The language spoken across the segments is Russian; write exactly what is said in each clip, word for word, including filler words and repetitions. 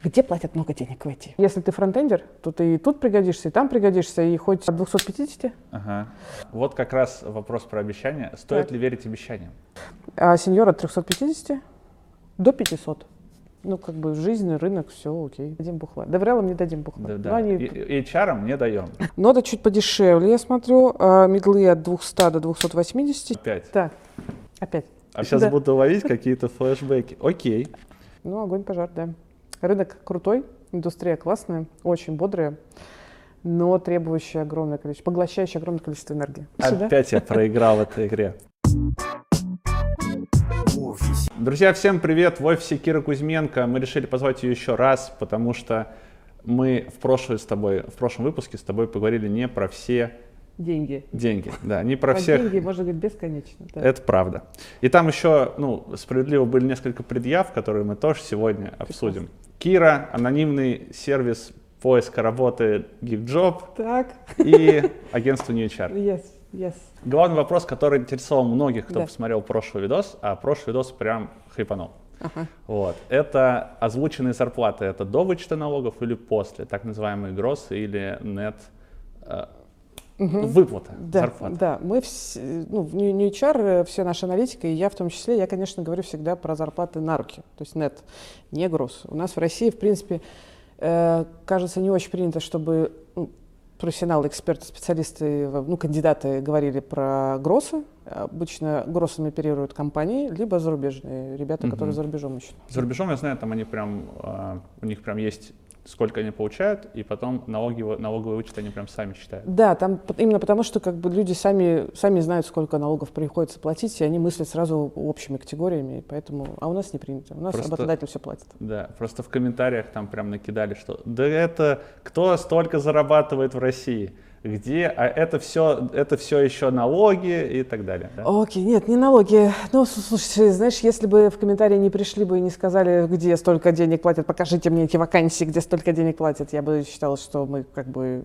где платят много денег в ай ти. Если ты фронтендер, то ты и тут пригодишься, и там пригодишься, и хоть от двухсот пятидесяти. Ага. Вот как раз вопрос про обещания. Стоит так. ли верить обещаниям? А сеньор от трёхсот пятидесяти до пятисот. Ну, как бы жизнь, рынок, все окей. Дадим бухла. Деврелам не дадим бухла. Да, да. Они... И эйч ар не даем. Нода чуть подешевле, я смотрю. А медлы от двухсот до двухсот восьмидесяти. Опять? Так, опять. А сейчас да. буду ловить какие-то флешбеки. Окей. Ну, огонь, пожар, да. Рынок крутой, индустрия классная, очень бодрая, но требующая огромное количество, поглощающая огромное количество энергии. Опять я проиграл в этой игре. Друзья, всем привет! В офисе Кира Кузьменко. Мы решили позвать ее еще раз, потому что мы в, прошлый с тобой, в прошлом выпуске с тобой поговорили не про все деньги. Деньги, да, не про, про всех. Деньги можно говорить бесконечно. Да. Это правда. И там еще, ну, справедливо были несколько предъяв, которые мы тоже сегодня обсудим. Кира, анонимный сервис поиска работы GigJob так. и агентство New эйч ар. Yes, yes. Главный вопрос, который интересовал многих, кто да. посмотрел прошлый видос, а прошлый видос прям хайпанул. Ага. Вот. Это озвученные зарплаты, это до вычета налогов или после, так называемые гроссы или нет э, угу. выплата, да, зарплата. Да, мы все, ну, в New эйч ар, все наша аналитика, и я в том числе, я, конечно, говорю всегда про зарплаты на руки, то есть нет, не гросс. У нас в России, в принципе, э, кажется, не очень принято, чтобы ну, профессионалы, эксперты, специалисты, ну, кандидаты говорили про гроссы. Обычно гроссами оперируют компании, либо зарубежные ребята, угу. которые за рубежом ищут. За рубежом, я знаю, там они прям, у них прям есть сколько они получают, и потом налоги, налоговый вычет они прям сами считают. Да, там именно потому, что как бы люди сами, сами знают, сколько налогов приходится платить, и они мыслят сразу общими категориями, поэтому, а у нас не принято, у нас просто, работодатель все платит. Да, просто в комментариях там прям накидали, что да это кто столько зарабатывает в России? Где, а это все, это все еще налоги и так далее. Да? Окей, нет, не налоги. Ну, слушай, знаешь, если бы в комментарии не пришли бы и не сказали, где столько денег платят, покажите мне эти вакансии, где столько денег платят, я бы считала, что мы как бы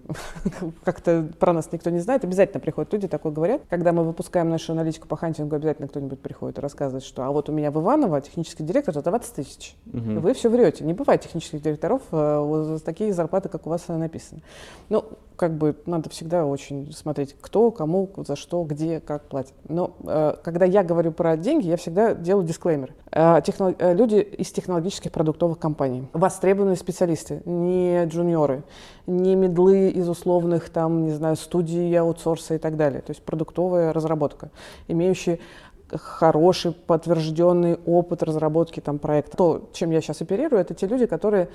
как-то про нас никто не знает. Обязательно приходят люди, такое говорят. Когда мы выпускаем нашу аналитику по хантингу, обязательно кто-нибудь приходит и рассказывает, что а вот у меня в Иваново технический директор за двадцать тысяч. Угу. Вы все врете. Не бывает технических директоров э, такие зарплаты, как у вас написано. Ну, как бы надо всегда очень смотреть, кто, кому, за что, где, как платят. Но э, когда я говорю про деньги, я всегда делаю дисклеймер. Э, техно, э, люди из технологических продуктовых компаний, востребованные специалисты, не джуниоры, не медлы из условных, там, не знаю, студий, аутсорса и так далее. То есть продуктовая разработка, имеющие хороший, подтвержденный опыт разработки там, проекта. То, чем я сейчас оперирую, это те люди, которые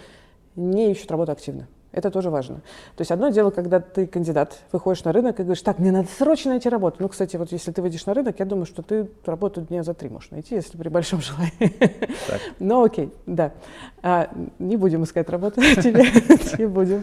не ищут работу активно. Это тоже важно. То есть одно дело, когда ты кандидат, выходишь на рынок и говоришь, так, мне надо срочно найти работу. Ну, кстати, вот если ты выйдешь на рынок, я думаю, что ты работу дня за три можешь найти, если при большом желании. Ну, окей, да. А, не будем искать работу тебе, не будем.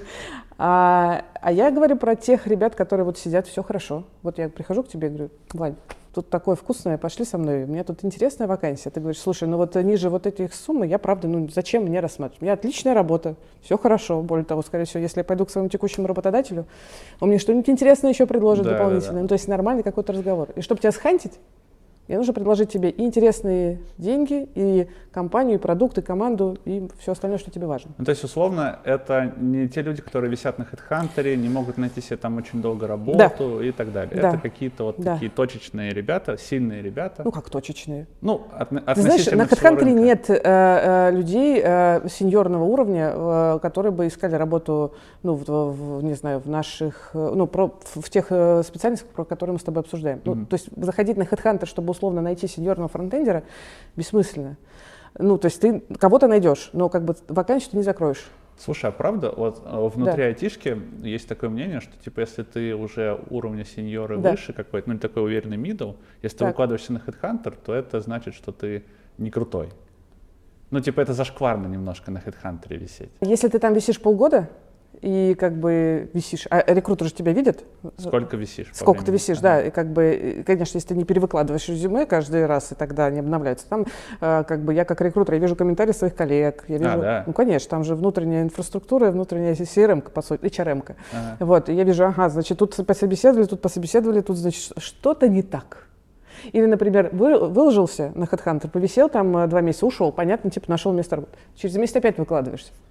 А, а я говорю про тех ребят, которые вот сидят, все хорошо. Вот я прихожу к тебе и говорю, Вань, тут такое вкусное, пошли со мной, у меня тут интересная вакансия. Ты говоришь, слушай, ну вот ниже вот этих суммы, я правда, ну зачем мне рассматривать? У меня отличная работа, все хорошо. Более того, скорее всего, если я пойду к своему текущему работодателю, он мне что-нибудь интересное еще предложит да, дополнительно. Да, да. Ну, то есть нормальный какой-то разговор. И чтобы тебя схантить, мне нужно предложить тебе и интересные деньги, и компанию, и продукты, и команду, и все остальное, что тебе важно. Ну, то есть, условно, это не те люди, которые висят на HeadHunter, не могут найти себе там очень долго работу да. и так далее. Да. Это какие-то вот да. такие точечные ребята, сильные ребята. Ну, как точечные? Ну, от, Ты знаешь, на HeadHunter нет э, э, людей э, сеньорного уровня, э, которые бы искали работу, ну, в, в, не знаю, в наших, э, ну, про, в тех э, специальностях, про которые мы с тобой обсуждаем. Mm-hmm. Ну, то есть заходить на HeadHunter, чтобы условно найти сеньорного фронтендера, бессмысленно. Ну, то есть ты кого-то найдешь, но как бы вакансию ты не закроешь. Слушай, а правда, вот внутри да. айтишки есть такое мнение, что типа если ты уже уровня сеньора да. выше какой-то, ну, такой уверенный middle, если так. ты выкладываешься на HeadHunter, то это значит, что ты не крутой. Ну, типа это зашкварно немножко на HeadHunter висеть. Если ты там висишь полгода, и как бы висишь, а рекрутер же тебя видит. Сколько висишь? Сколько ты висишь, ага. да, и как бы, конечно, если ты не перевыкладываешь резюме каждый раз, и тогда не обновляется, там как бы я как рекрутер, я вижу комментарии своих коллег, я вижу, а, да? ну, конечно, там же внутренняя инфраструктура, внутренняя си эр эм-ка, по сути, эйч ар эм-ка, ага. вот, и я вижу, ага, значит, тут пособеседовали, тут пособеседовали, тут, значит, что-то не так. Или, например, выложился на HeadHunter, повисел там два месяца, ушел, понятно, типа нашел место работы. Через месяц опять выкладываешься.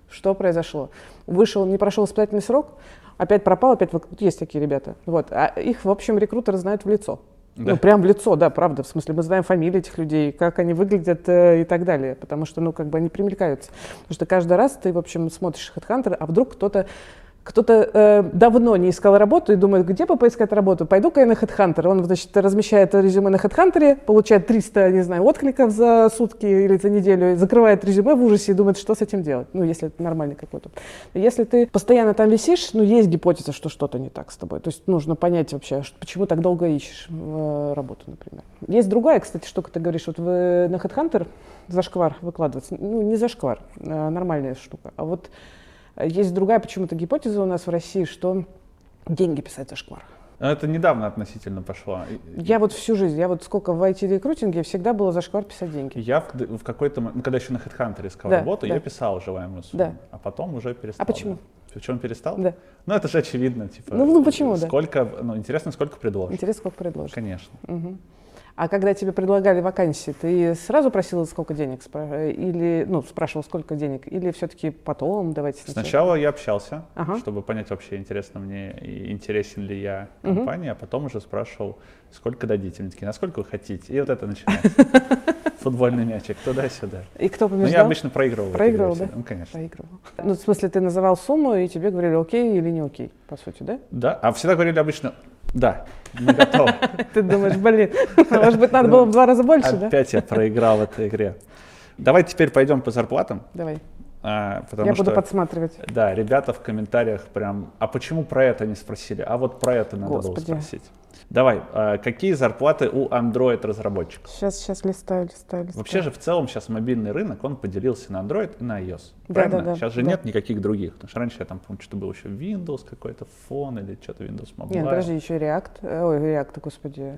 Что произошло? Вышел, не прошел испытательный срок, опять пропал, опять... Вот есть такие ребята. Вот. А их, в общем, рекрутеры знают в лицо. Да. Ну, прям в лицо, да, правда. В смысле, мы знаем фамилии этих людей, как они выглядят э, и так далее. Потому что, ну, как бы они примелькаются. Потому что каждый раз ты, в общем, смотришь HeadHunter, а вдруг кто-то Кто-то э, давно не искал работу и думает, где бы поискать работу? Пойду-ка я на HeadHunter. Он, значит, размещает резюме на HeadHunter, получает триста, не знаю, откликов за сутки или за неделю, закрывает резюме в ужасе и думает, что с этим делать. Ну, если это нормальный какой-то. Если ты постоянно там висишь, ну, есть гипотеза, что что-то не так с тобой. То есть нужно понять вообще, почему так долго ищешь э, работу, например. Есть другая, кстати, штука, ты говоришь, вот вы на HeadHunter зашквар выкладывается. Ну, не зашквар, а нормальная штука. А вот есть другая почему-то гипотеза у нас в России, что деньги писать зашквар. Это недавно относительно пошло. Я вот всю жизнь, я вот сколько в ай ти-рекрутинге всегда было зашквар писать деньги. Я в, в какой-то момент, когда еще на HeadHunter искал да, работу, да. я писал желаемую сумму, да. а потом уже перестал. А почему? Да. В чем перестал? Да. Ну, это же очевидно. Типа, ну, ну, почему, сколько, да? Ну, интересно, сколько предложишь. Интересно, сколько предложишь. Конечно. Угу. А когда тебе предлагали вакансии, ты сразу просила, сколько денег, или, ну, спрашивал, сколько денег, или все-таки потом, давайте сначала? Сначала я общался, ага. чтобы понять вообще, интересно мне и интересен ли я компании, угу. а потом уже спрашивал, сколько дадите. Мне такие, насколько вы хотите? И вот это начинается. Футбольный мячик туда-сюда. И кто побеждал? Ну, я обычно проигрывал. Проигрывал, да? Ну, конечно. Проигрывал. Ну, в смысле, ты называл сумму, и тебе говорили, окей или не окей, по сути, да? Да, а всегда говорили обычно, да, мы готовы. Ты думаешь, блин, может быть, надо было в два раза больше, да? Опять я проиграл в этой игре. Давай теперь пойдем по зарплатам. Давай. А, я буду подсматривать. Да, ребята в комментариях прям, а почему про это не спросили? А вот про это надо было спросить. Давай, а какие зарплаты у Android-разработчиков? Сейчас, сейчас листаю, листаю, листаю. Вообще же в целом сейчас мобильный рынок, он поделился на Android и на iOS. Да, правильно? Да, да, сейчас же да. нет никаких других. Потому что раньше я там помню, что был еще Windows какой-то, фон или что-то Windows Mobile. Нет, подожди, еще React. Ой, React, господи.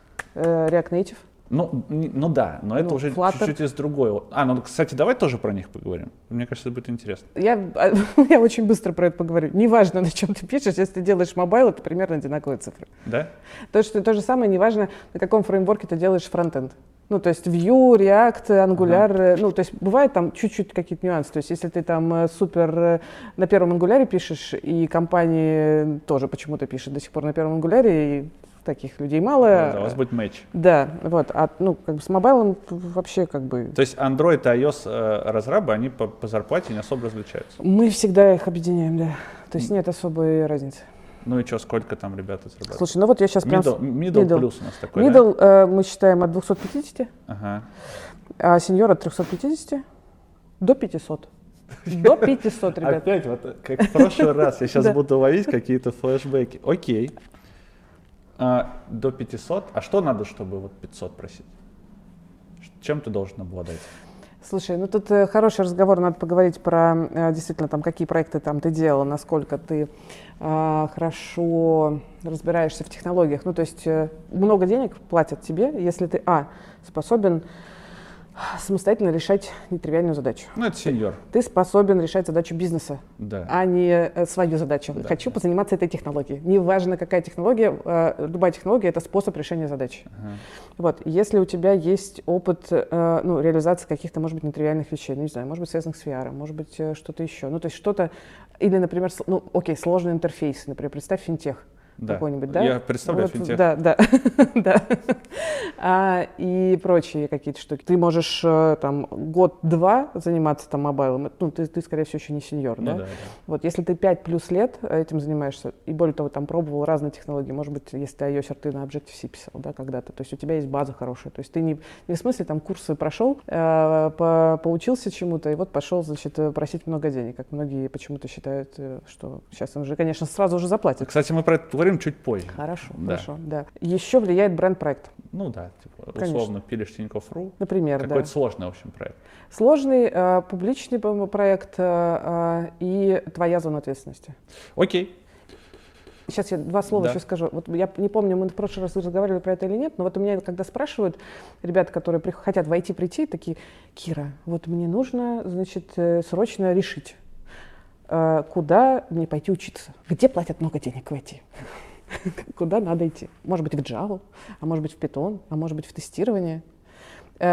React Native. Ну, ну да, но это ну, уже Flutter. чуть-чуть из другой. А, ну, кстати, давай тоже про них поговорим. Мне кажется, это будет интересно. Я, я очень быстро про это поговорю. Неважно, на чем ты пишешь, если ты делаешь мобайл, это примерно одинаковые цифры. Да? То, что, то же самое, неважно, на каком фреймворке ты делаешь фронтенд. Ну, то есть Vue, React, Angular, ага. ну, то есть бывает там чуть-чуть какие-то нюансы. То есть если ты там супер на первом Angular пишешь, и компании тоже почему-то пишут до сих пор на первом Angular, и таких людей мало. Да, у вас будет матч. Да, вот, а, ну, как бы с мобайлом вообще как бы... То есть Android и iOS э, разрабы, они по, по зарплате не особо различаются? Мы всегда их объединяем, да. То есть нет особой разницы. Ну и что, сколько там ребята зарабатывают? Слушай, ну вот я сейчас middle, прям... Middle, middle плюс у нас такой, Middle да? э, мы считаем от двухсот пятидесяти, ага. а сеньор от трехсот пятидесяти до пятисот. До пятисот, ребят. Опять, вот как в прошлый раз, я сейчас буду ловить какие-то флешбеки. Окей. А, до пятисот. А что надо, чтобы вот пятьсот просить? Чем ты должен обладать? Слушай, ну тут э, хороший разговор, надо поговорить про э, действительно там, какие проекты там ты делал, насколько ты э, хорошо разбираешься в технологиях. Ну то есть э, много денег платят тебе, если ты, а, способен самостоятельно решать нетривиальную задачу. Ну, это сеньор. Ты способен решать задачу бизнеса, да. а не э, свою задачу. Да, Хочу да. позаниматься этой технологией. Неважно, какая технология, э, любая технология — это способ решения задачи. Ага. Вот. Если у тебя есть опыт э, ну, реализации каких-то, может быть, нетривиальных вещей, ну, не знаю, может быть, связанных с ви ар, может быть, э, что-то еще. Ну, то есть что-то, или, например, ну, окей, сложный интерфейс, например, представь финтех. Да. Какой-нибудь, да? Я представляю вот, финтех. Да, да, да. А, и прочие какие-то штуки. Ты можешь там год-два заниматься там мобайлом, ну, ты, ты, скорее всего, еще не сеньор, ну, да? Да, да? Вот, если ты пять плюс лет этим занимаешься, и более того, там пробовал разные технологии, может быть, если ты iOS, ты на Objective-C писал, да, когда-то, то есть у тебя есть база хорошая, то есть ты не, не в смысле там курсы прошел, э, по, поучился чему-то, и вот пошел, значит, просить много денег, как многие почему-то считают, что сейчас он же, конечно, сразу же заплатит. Кстати, мы про это поговорим чуть позже. Хорошо, да. хорошо, да. Еще влияет бренд-проект. Ну да, типа, Конечно. условно пилишь Тинькофф точка ру. Например, Какой-то да. сложный, в общем, проект. Сложный, э, публичный проект э, и твоя зона ответственности. Окей. Сейчас я два слова да. еще скажу. Вот я не помню, мы в прошлый раз разговаривали про это или нет, но вот у меня, когда спрашивают ребята, которые при, хотят в ай ти прийти, такие: Кира, вот мне нужно, значит, срочно решить, э, куда мне пойти учиться, где платят много денег в ай ти. Куда надо идти? Может быть, в Java, а может быть, в Python, а может быть, в тестирование.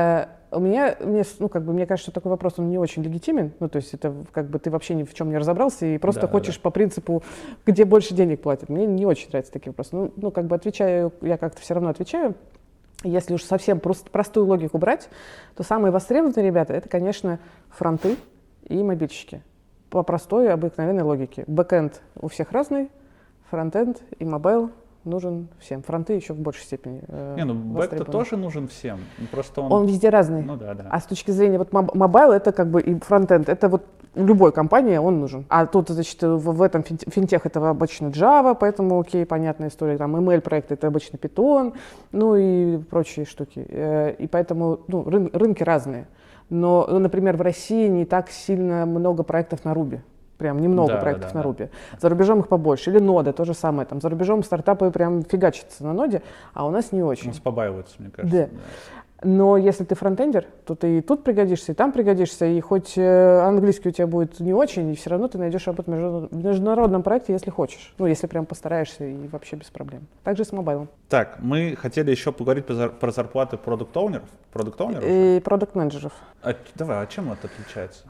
У меня, мне, ну, как бы, мне кажется, что такой вопрос, он не очень легитимен. Ну, то есть это как бы ты вообще ни в чем не разобрался и просто да, хочешь да. по принципу, где больше денег платят. Мне не очень нравятся такие вопросы. Ну, ну как бы отвечаю, я как-то все равно отвечаю. Если уж совсем просто, простую логику брать, то самые востребованные ребята — это, конечно, фронты и мобильщики. По простой, обыкновенной логике. Бэкэнд у всех разный, фронтенд и мобайл нужен всем. Фронты еще в большей степени э, Не, ну бэк-то тоже нужен всем. Просто он... он везде разный. Ну, да, да. А с точки зрения вот мобайл, это как бы и фронтенд, это вот любой компании он нужен. А тут, значит, в, в этом финтех это обычно Java, поэтому окей, понятная история. Там эм эл-проект это обычно Python, ну и прочие штуки. И поэтому ну, рын, рынки разные. Но, ну, например, в России не так сильно много проектов на Ruby. Прям немного да, проектов да, на Ruby. Да. За рубежом их побольше. Или нода, то же самое. Там за рубежом стартапы прям фигачатся на ноде, а у нас не очень. У нас побаиваются, мне кажется. Да. Да. Но если ты фронтендер, то ты и тут пригодишься, и там пригодишься, и хоть английский у тебя будет не очень, и все равно ты найдешь работу в международном проекте, если хочешь. Ну, если прям постараешься, и вообще без проблем. Также с мобайлом. Так, мы хотели еще поговорить про зарплаты продукт-оунеров. Продукт-оунеров? И продукт-менеджеров. А, давай, а чем это отличается?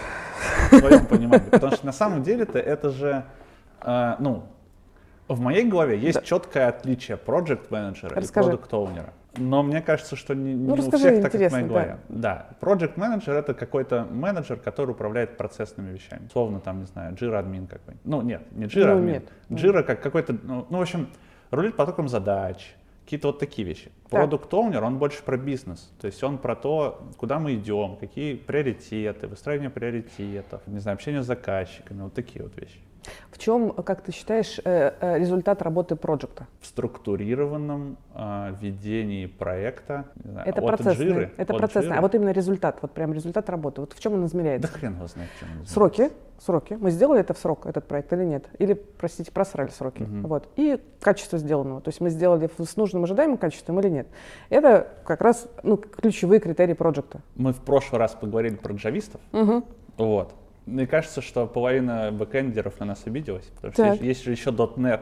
В твоем понимании. Потому что на самом деле-то это же, э, ну, в моей голове есть да. четкое отличие проект-менеджера и продукт-оунера. Но мне кажется, что не, ну, не у всех так, как в моей голове. Да, Project Manager — это какой-то менеджер, который управляет процессными вещами. Словно там, не знаю, Jira админ какой-нибудь. Ну нет, не Jira админ. Ну, Jira как какой-то, ну, ну в общем, рулит потоком задач, какие-то вот такие вещи. Product Owner, он больше про бизнес. То есть он про то, куда мы идем, какие приоритеты, выстраивание приоритетов, не знаю, общение с заказчиками, вот такие вот вещи. В чем, как ты считаешь, результат работы проекта? В структурированном э, ведении проекта. Не знаю, это от процессный, Jira, это от процессный. Jira. А вот именно результат, вот прям результат работы. Вот в чем он измеряется? Да хрен его знает, в чем он измеряется. Сроки, сроки. Мы сделали это в срок, этот проект, или нет? Или, простите, просрали сроки. Uh-huh. Вот. И качество сделанного. То есть мы сделали с нужным ожидаемым качеством или нет. Это как раз ну, ключевые критерии проекта. Мы в прошлый раз поговорили про джавистов. Uh-huh. Вот. Мне кажется, что половина бэкэндеров на нас обиделась, потому что есть, есть же еще .дот нет.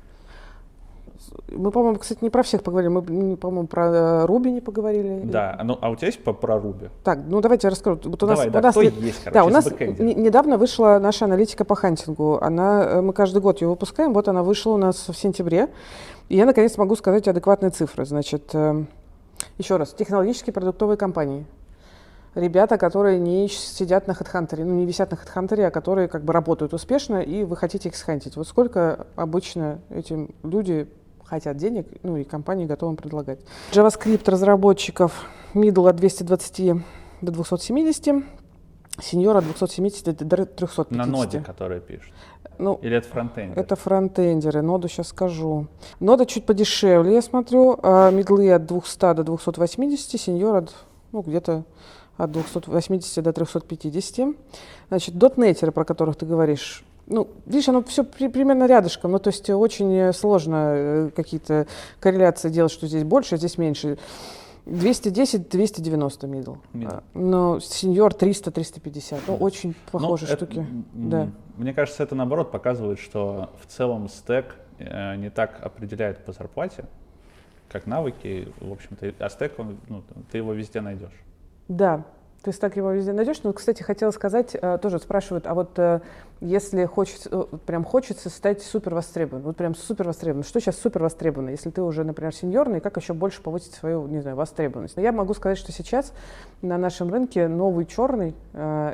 Мы, по-моему, кстати, не про всех поговорили, мы, по-моему, про Ruby не поговорили. Да, ну, а у тебя есть по, про Ruby? Так, ну давайте я расскажу. Вот у Давай, нас, да, у нас кто нет, есть, короче, да, у нас бэкэндер? н- недавно вышла наша аналитика по хантингу. Она, мы каждый год ее выпускаем, вот она вышла у нас в сентябре. И я, наконец, могу сказать адекватные цифры. Значит, э, еще раз, технологические продуктовые компании. Ребята, которые не сидят на HeadHunter, ну не висят на HeadHunter, а которые как бы работают успешно, и вы хотите их схантить. Вот сколько обычно этим люди хотят денег, ну и компании готовы им предлагать. JavaScript разработчиков middle от двухсот двадцати до двухсот семидесяти, senior от двухсот семидесяти до трехсот пятидесяти. На ноде, которые пишут? Ну, или это фронтендеры? Это фронтендеры, ноду сейчас скажу. Нода чуть подешевле, я смотрю, а middle от двухсот до двухсот восьмидесяти, senior от, ну, где-то от двухсот восьмидесяти до трехсот пятидесяти. Значит, дотнетеры, про которых ты говоришь, ну, видишь, оно все при, примерно рядышком, ну, то есть очень сложно какие-то корреляции делать, что здесь больше, а здесь меньше. двести десять — двести девяносто middle. middle. Но сеньор триста — триста пятьдесят. Ну, очень похожие ну, штуки. Это, да. Мне кажется, это наоборот показывает, что в целом стэк э, не так определяет по зарплате, как навыки, в общем-то, а стэк, он, ну, ты его везде найдешь. Да, ты так его везде найдешь. Но, кстати, хотела сказать, тоже спрашивают, а вот если хочется, прям хочется стать супер востребованным, вот прям супер востребованным, что сейчас супер востребовано? Если ты уже, например, сеньорный, как еще больше повысить свою, не знаю, востребованность? Но я могу сказать, что сейчас на нашем рынке новый черный —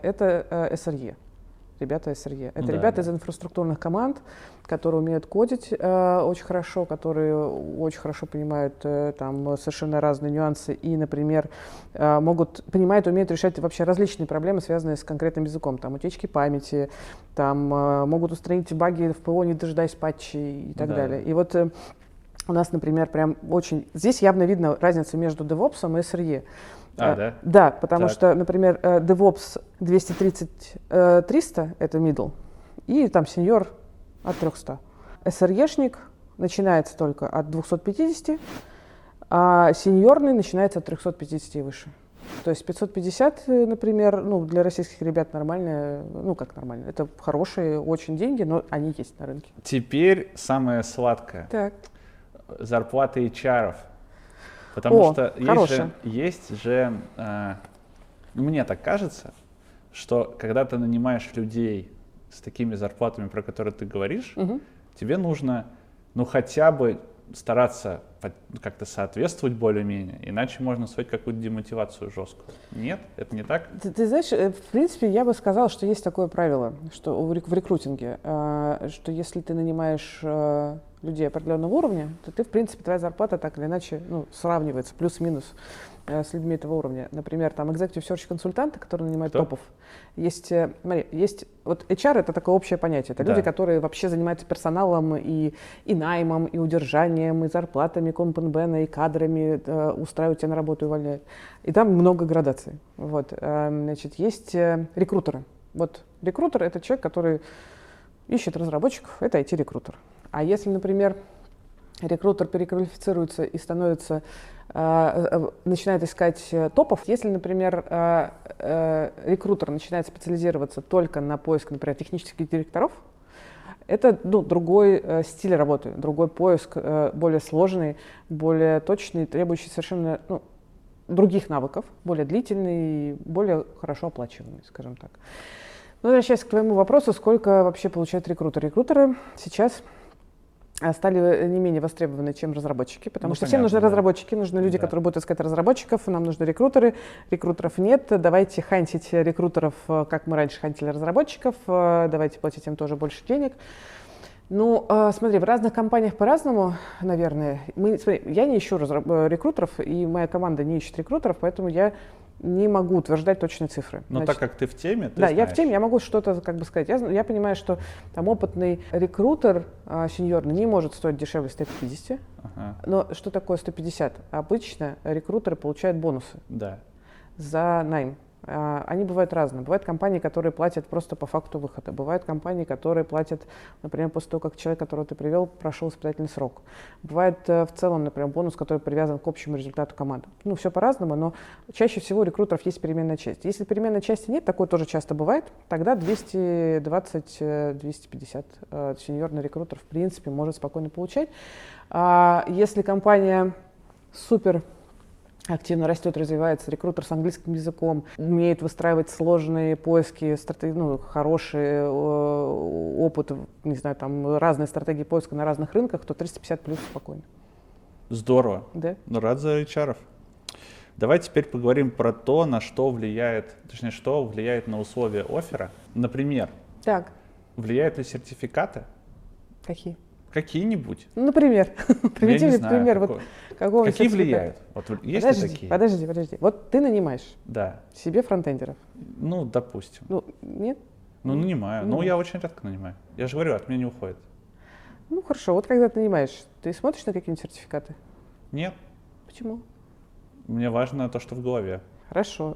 это эс эр и. Ребята эс эр и. Это да, ребята да. из инфраструктурных команд, которые умеют кодить э, очень хорошо, которые очень хорошо понимают э, там совершенно разные нюансы и, например, э, могут, понимают, умеют решать вообще различные проблемы, связанные с конкретным языком. Там утечки памяти, там э, могут устранить баги в ПО, не дожидаясь патчей и так да. далее. И вот э, у нас, например, прям очень... Здесь явно видно разницу между DevOps и эс эр и. А, да? Да, потому так. что, например, DevOps двести тридцать - триста — это middle, и там senior от трехсот. эс эр и-шник начинается только от двухсот пятидесяти, а сеньорный начинается от трехсот пятидесяти и выше. То есть пятьсот пятьдесят, например, ну, для российских ребят нормально, ну как нормально, это хорошие очень деньги, но они есть на рынке. Теперь самое сладкое. Так. Зарплаты эйч ар-ов. Потому О, что есть же, есть же э, мне так кажется, что когда ты нанимаешь людей с такими зарплатами, про которые ты говоришь, угу. тебе нужно, ну, хотя бы стараться как-то соответствовать более-менее, иначе можно строить какую-то демотивацию жесткую. Нет? Это не так? Ты, ты знаешь, в принципе, я бы сказала, что есть такое правило, что в рекрутинге, что если ты нанимаешь людей определенного уровня, то ты, в принципе, твоя зарплата так или иначе, ну, сравнивается, плюс-минус, с людьми этого уровня. Например, там executive search консультанты, которые нанимают Кто? топов. Есть, смотри, есть, вот эйч ар — это такое общее понятие. Это да. люди, которые вообще занимаются персоналом и, и наймом, и удержанием, и зарплатами, компенбена, и кадрами, э, устраивают тебя на работу и увольняют. И там много градаций. Вот, э, значит, есть э, рекрутеры. Вот рекрутер — это человек, который ищет разработчиков, это ай ти-рекрутер. А если, например, рекрутер переквалифицируется и становится, э, начинает искать топов. Если, например, э, э, рекрутер начинает специализироваться только на поиск, например, технических директоров, это, ну, другой э, стиль работы, другой поиск, э, более сложный, более точный, требующий совершенно, ну, других навыков, более длительный, более хорошо оплачиваемый, скажем так. Но возвращаясь к твоему вопросу, сколько вообще получают рекрутеры? Рекрутеры сейчас стали не менее востребованы, чем разработчики, потому ну, что понятно, всем нужны да. разработчики, нужны люди, да. которые будут искать разработчиков, нам нужны рекрутеры, рекрутеров нет, давайте хантить рекрутеров, как мы раньше хантили разработчиков, давайте платить им тоже больше денег. Ну, смотри, в разных компаниях по-разному, наверное. Мы, смотри, я не ищу разраб- рекрутеров, и моя команда не ищет рекрутеров, поэтому я не могу утверждать точные цифры. Но Значит, так как ты в теме, ты Да, знаешь. я в теме, я могу что-то как бы сказать. Я, я понимаю, что там опытный рекрутер а, сеньорный не может стоить дешевле сто пятьдесят. Ага. Но что такое сто пятьдесят? Обычно рекрутеры получают бонусы да. за найм. А, они бывают разные. Бывают компании, которые платят просто по факту выхода. Бывают компании, которые платят, например, после того, как человек, которого ты привел, прошел испытательный срок. Бывает в целом, например, бонус, который привязан к общему результату команды. Ну, все по-разному, но чаще всего у рекрутеров есть переменная часть. Если переменной части нет, такое тоже часто бывает, тогда двести двадцать - двести пятьдесят сеньорный рекрутер в принципе может спокойно получать. А если компания супер активно растет, развивается, рекрутер с английским языком, умеет выстраивать сложные поиски, стратег... ну, хороший э, опыт, не знаю, там разные стратегии поиска на разных рынках, то триста пятьдесят плюс спокойно. Здорово. Да. Ну, рад за эйч ар-ов. Давай теперь поговорим про то, на что влияет, точнее, что влияет на условия оффера. Например, так. влияют ли сертификаты? Какие? Какие-нибудь. Ну, например. Приведи мне пример. Какой. Вот, какого Какие влияют? Вот, есть подожди, ли такие? Подожди, подожди. Вот ты нанимаешь да. себе фронтендеров. Ну, допустим. Ну, нет? Ну, нанимаю. Ну, я очень редко нанимаю. Я же говорю, от меня не уходит. Ну, хорошо. Вот когда ты нанимаешь, ты смотришь на какие-нибудь сертификаты? Нет. Почему? Мне важно то, что в голове. Хорошо.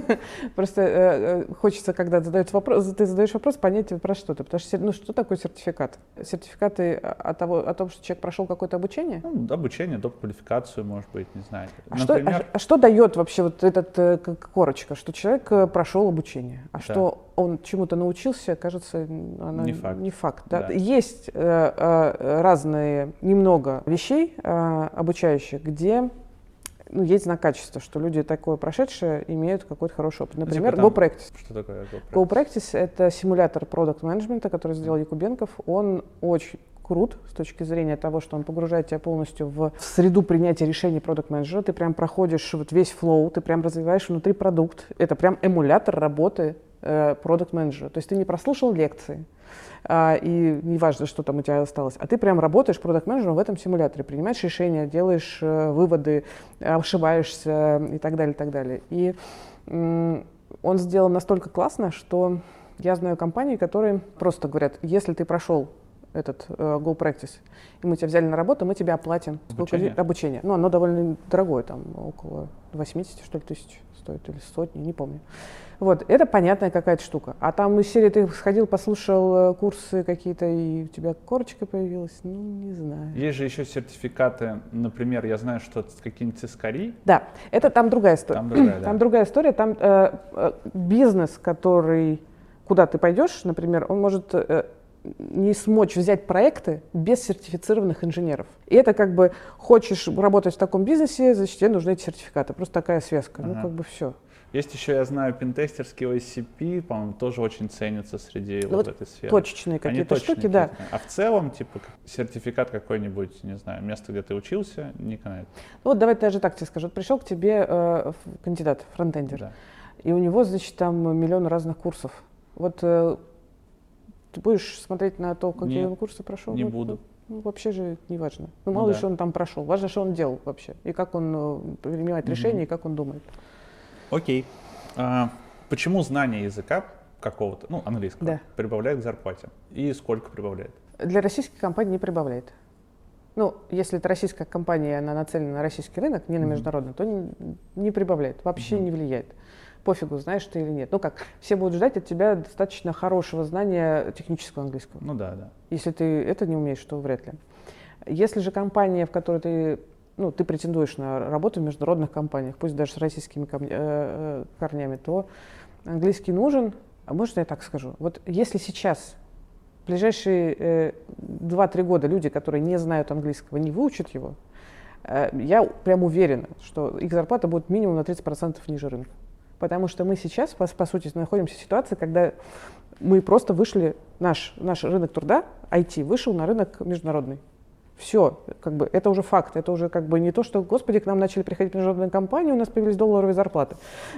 Просто э, хочется, когда задают вопрос, ты задаешь вопрос, понять, про что ты. Потому что, ну, что такое сертификат? Сертификаты о, того, о том, что человек прошел какое-то обучение? Ну, обучение, доп. Квалификацию, может быть, не знаю. А, Например... что, а, а что дает вообще вот этот э, корочка? Что человек э, прошел обучение, а да. что он чему-то научился, кажется, оно не факт. Не факт да? Да. Есть э, э, разные, немного вещей э, обучающих, где... Ну, есть знак качества, что люди такое прошедшие имеют какой-то хороший опыт. Например, типа там, GoPractice. Что такое GoPractice? GoPractice — это симулятор продакт-менеджмента, который сделал Якубенков. Он очень крут с точки зрения того, что он погружает тебя полностью в, в среду принятия решений продакт-менеджера. Ты прям проходишь вот весь флоу, ты прям развиваешь внутри продукт. Это прям эмулятор работы э, продакт-менеджера. То есть ты не прослушал лекции, Uh, и неважно, что там у тебя осталось, а ты прям работаешь продакт-менеджером в этом симуляторе, принимаешь решения, делаешь uh, выводы, ошибаешься и так далее, и так далее. И um, он сделан настолько классно, что я знаю компании, которые просто говорят, если ты прошел этот uh, GoPractice, и мы тебя взяли на работу, мы тебе оплатим обучение. обучение. Ну, оно довольно дорогое, там около восемьдесят, что ли, тысяч стоит, или сотни, не помню. Вот, это понятная какая-то штука. А там из серии ты сходил, послушал курсы какие-то, и у тебя корочка появилась, ну, не знаю. Есть же еще сертификаты, например, я знаю, что какие-нибудь цискари. Да, это там другая история. Там другая, да. Там другая история, там э, э, бизнес, который, куда ты пойдешь, например, он может... Э, не смочь взять проекты без сертифицированных инженеров. И это как бы, хочешь работать в таком бизнесе, значит, тебе нужны эти сертификаты. Просто такая связка. Ага. Ну, как бы все. Есть еще, я знаю, пентестерские о эс си пи, по-моему, тоже очень ценятся среди вот, вот этой сферы. Точечные какие-то штуки, да. А в целом, типа, сертификат какой-нибудь, не знаю, место, где ты учился, не канает. Ну вот давай даже так тебе скажу. Вот пришел к тебе э, кандидат, фронтендер, да. И у него, значит, там миллион разных курсов. Вот э, ты будешь смотреть на то, какие Нет, он курсы прошел? Не ну, буду. Ну, вообще же не важно. Ну, мало ли, да. что он там прошел. Важно, что он делал вообще. И как он э, принимает угу. решения, и как он думает. Окей. А, почему знание языка какого-то, ну, английского, да. прибавляет к зарплате? И сколько прибавляет? Для российских компаний не прибавляет. Ну, если это российская компания, она нацелена на российский рынок, не на международный, mm-hmm. то не, не прибавляет, вообще mm-hmm. не влияет. Пофигу, знаешь ты или нет. Ну как, все будут ждать от тебя достаточно хорошего знания технического английского. Ну да, да. Если ты это не умеешь, то вряд ли. Если же компания, в которой ты, ну, ты претендуешь на работу в международных компаниях, пусть даже с российскими корнями, то английский нужен. А может, я так скажу? Вот если сейчас, в ближайшие э, два-три года люди, которые не знают английского, не выучат его, э, я прям уверена, что их зарплата будет минимум на тридцать процентов ниже рынка. Потому что мы сейчас, по, по сути, находимся в ситуации, когда мы просто вышли, наш, наш рынок труда, ай ти, вышел на рынок международный. Все, как бы, это уже факт, это уже как бы не то, что, господи, к нам начали приходить международные компании, у нас появились долларовые зарплаты.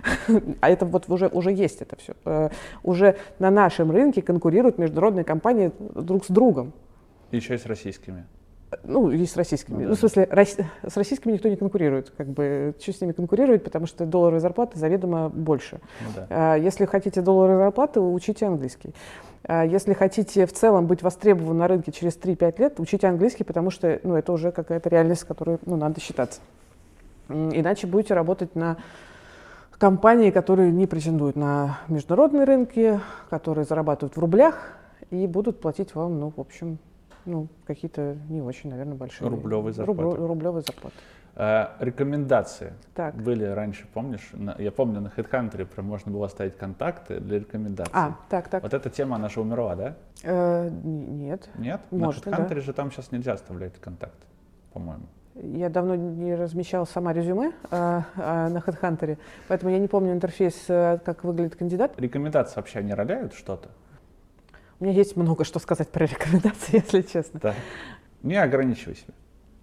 А это вот уже, уже есть это все. Уже на нашем рынке конкурируют международные компании друг с другом. Еще и с российскими. Ну, и с российскими. Ну, да. Ну, в смысле, с российскими никто не конкурирует. Как бы, что с ними конкурирует, потому что долларовые зарплаты заведомо больше. Ну, да. Если хотите долларовые зарплаты, учите английский. Если хотите в целом быть востребованы на рынке через три-пять лет, учите английский, потому что ну, это уже какая-то реальность, с которой ну, надо считаться. Иначе будете работать на компании, которые не претендуют на международные рынки, которые зарабатывают в рублях и будут платить вам, ну, в общем, ну, какие-то не очень, наверное, большие. Рублевые зарплаты. Рубль, рублевые зарплаты. А, рекомендации так. были раньше, помнишь? На, я помню, на HeadHunter прям можно было оставить контакты для рекомендаций. А, так, так. Вот эта тема, она же умерла, да? Э, нет. Нет? Может, на HeadHunter да. же там сейчас нельзя оставлять контакты, по-моему. Я давно не размещала сама резюме а, а, на HeadHunter, поэтому я не помню интерфейс, как выглядит кандидат. Рекомендации вообще не роляют что-то? У меня есть много что сказать про рекомендации, если честно. Да. Не ограничивай себя.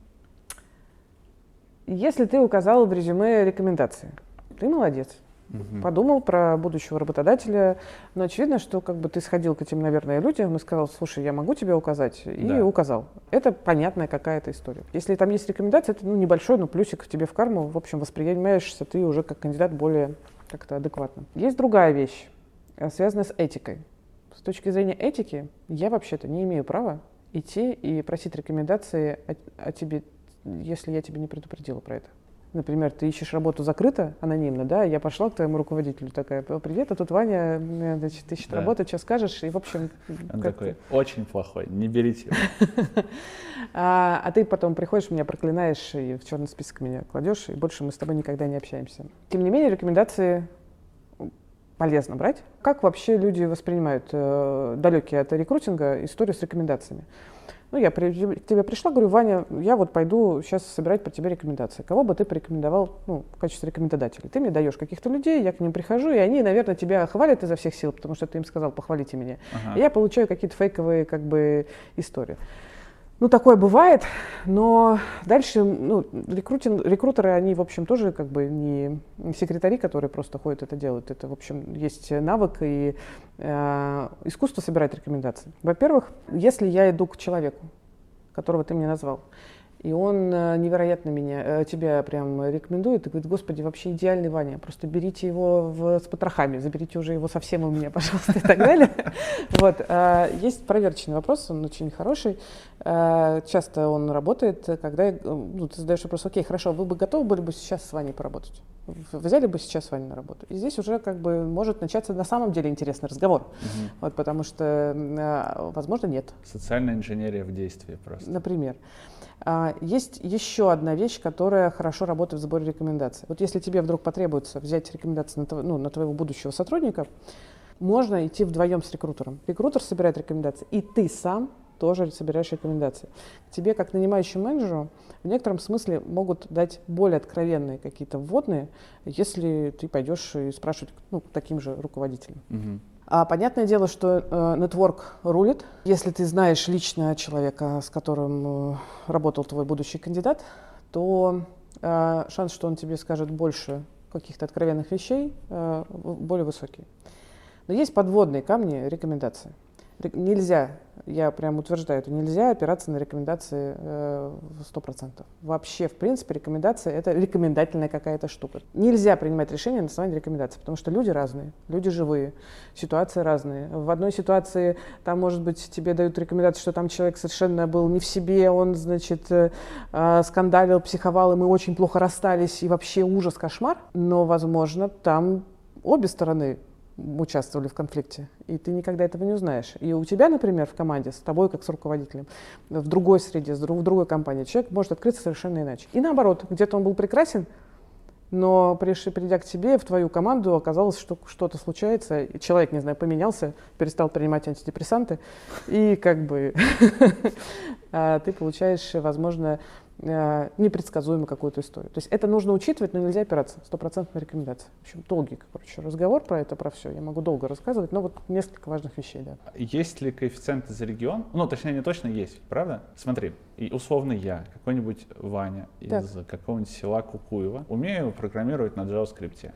Если ты указал в резюме рекомендации, ты молодец. Угу. Подумал про будущего работодателя, но очевидно, что как бы ты сходил к этим, наверное, людям и сказал, слушай, я могу тебе указать, и да. указал. Это понятная какая-то история. Если там есть рекомендация, это ну, небольшой, но плюсик тебе в карму, в общем, воспринимаешься ты уже как кандидат более как-то адекватно. Есть другая вещь, связанная с этикой. С точки зрения этики, я вообще-то не имею права идти и просить рекомендации о, о тебе, если я тебе не предупредила про это. Например, ты ищешь работу закрыто, анонимно, да, я пошла к твоему руководителю такая, привет, а тут Ваня, значит, ищет да. работу, что скажешь, и в общем... Он такой, очень плохой, не берите его. а, а ты потом приходишь, меня проклинаешь и в черный список меня кладешь, и больше мы с тобой никогда не общаемся. Тем не менее, рекомендации полезно брать. Как вообще люди воспринимают э, далекие от рекрутинга историю с рекомендациями? Ну, я при, к тебе пришла, говорю, Ваня, я вот пойду сейчас собирать по тебе рекомендации. Кого бы ты порекомендовал ну, в качестве рекомендателя? Ты мне даешь каких-то людей, я к ним прихожу, и они, наверное, тебя хвалят изо всех сил, потому что ты им сказал, похвалите меня. Ага. И я получаю какие-то фейковые как бы истории. Ну, такое бывает, но дальше, ну, рекрутинг, рекрутеры, они, в общем, тоже как бы не секретари, которые просто ходят это делают. Это, в общем, есть навык и э, искусство собирать рекомендации. Во-первых, если я иду к человеку, которого ты мне назвал, и он невероятно меня, тебя прям рекомендует и говорит, господи, вообще идеальный Ваня, просто берите его в, с потрохами, заберите уже его совсем у меня, пожалуйста, и так далее. Вот. Есть проверочный вопрос, он очень хороший. Часто он работает, когда ну, ты задаешь вопрос, окей, хорошо, вы бы готовы были бы сейчас с Ваней поработать? Взяли бы сейчас Ваню на работу? И здесь уже как бы может начаться на самом деле интересный разговор, угу. вот, потому что, возможно, нет. Социальная инженерия в действии просто. Например. Есть еще одна вещь, которая хорошо работает в сборе рекомендаций. Вот если тебе вдруг потребуется взять рекомендации на, ну, на твоего будущего сотрудника, Можно идти вдвоем с рекрутером. Рекрутер собирает рекомендации, и ты сам тоже собираешь рекомендации. Тебе, как нанимающему менеджеру, в некотором смысле могут дать более откровенные какие-то вводные, если ты пойдешь и спрашивать, ну, таким же руководителем. Угу. А понятное дело, что э, нетворк рулит. Если ты знаешь лично человека, с которым э, работал твой будущий кандидат, то э, шанс, что он тебе скажет больше каких-то откровенных вещей, э, более высокий. Но есть подводные камни рекомендации. Нельзя, я прям утверждаю, это нельзя опираться на рекомендации сто процентов. Вообще, в принципе, рекомендация – это рекомендательная какая-то штука. Нельзя принимать решения на основании рекомендаций, потому что люди разные, люди живые, ситуации разные. В одной ситуации там, может быть, тебе дают рекомендацию, что там человек совершенно был не в себе, он, значит, скандалил, психовал, и мы очень плохо расстались, и вообще ужас, кошмар. Но, возможно, там обе стороны участвовали в конфликте, и ты никогда этого не узнаешь. И у тебя, например, в команде, с тобой как с руководителем, в другой среде, в другой компании, человек может открыться совершенно иначе. И наоборот, где-то он был прекрасен, но придя к тебе, в твою команду, оказалось, что что-то случается, и человек, не знаю, поменялся, перестал принимать антидепрессанты, и как бы ты получаешь, возможно, непредсказуемую какую-то историю. То есть это нужно учитывать, но нельзя опираться стопроцентно на рекомендации. В общем, долгий, короче, разговор про это, про все. Я могу долго рассказывать, но вот несколько важных вещей, да. Есть ли коэффициенты за регион? Ну, точнее, не точно есть, правда? Смотри, и условно я, какой-нибудь Ваня так. из какого-нибудь села Кукуева, умею программировать на JavaScript.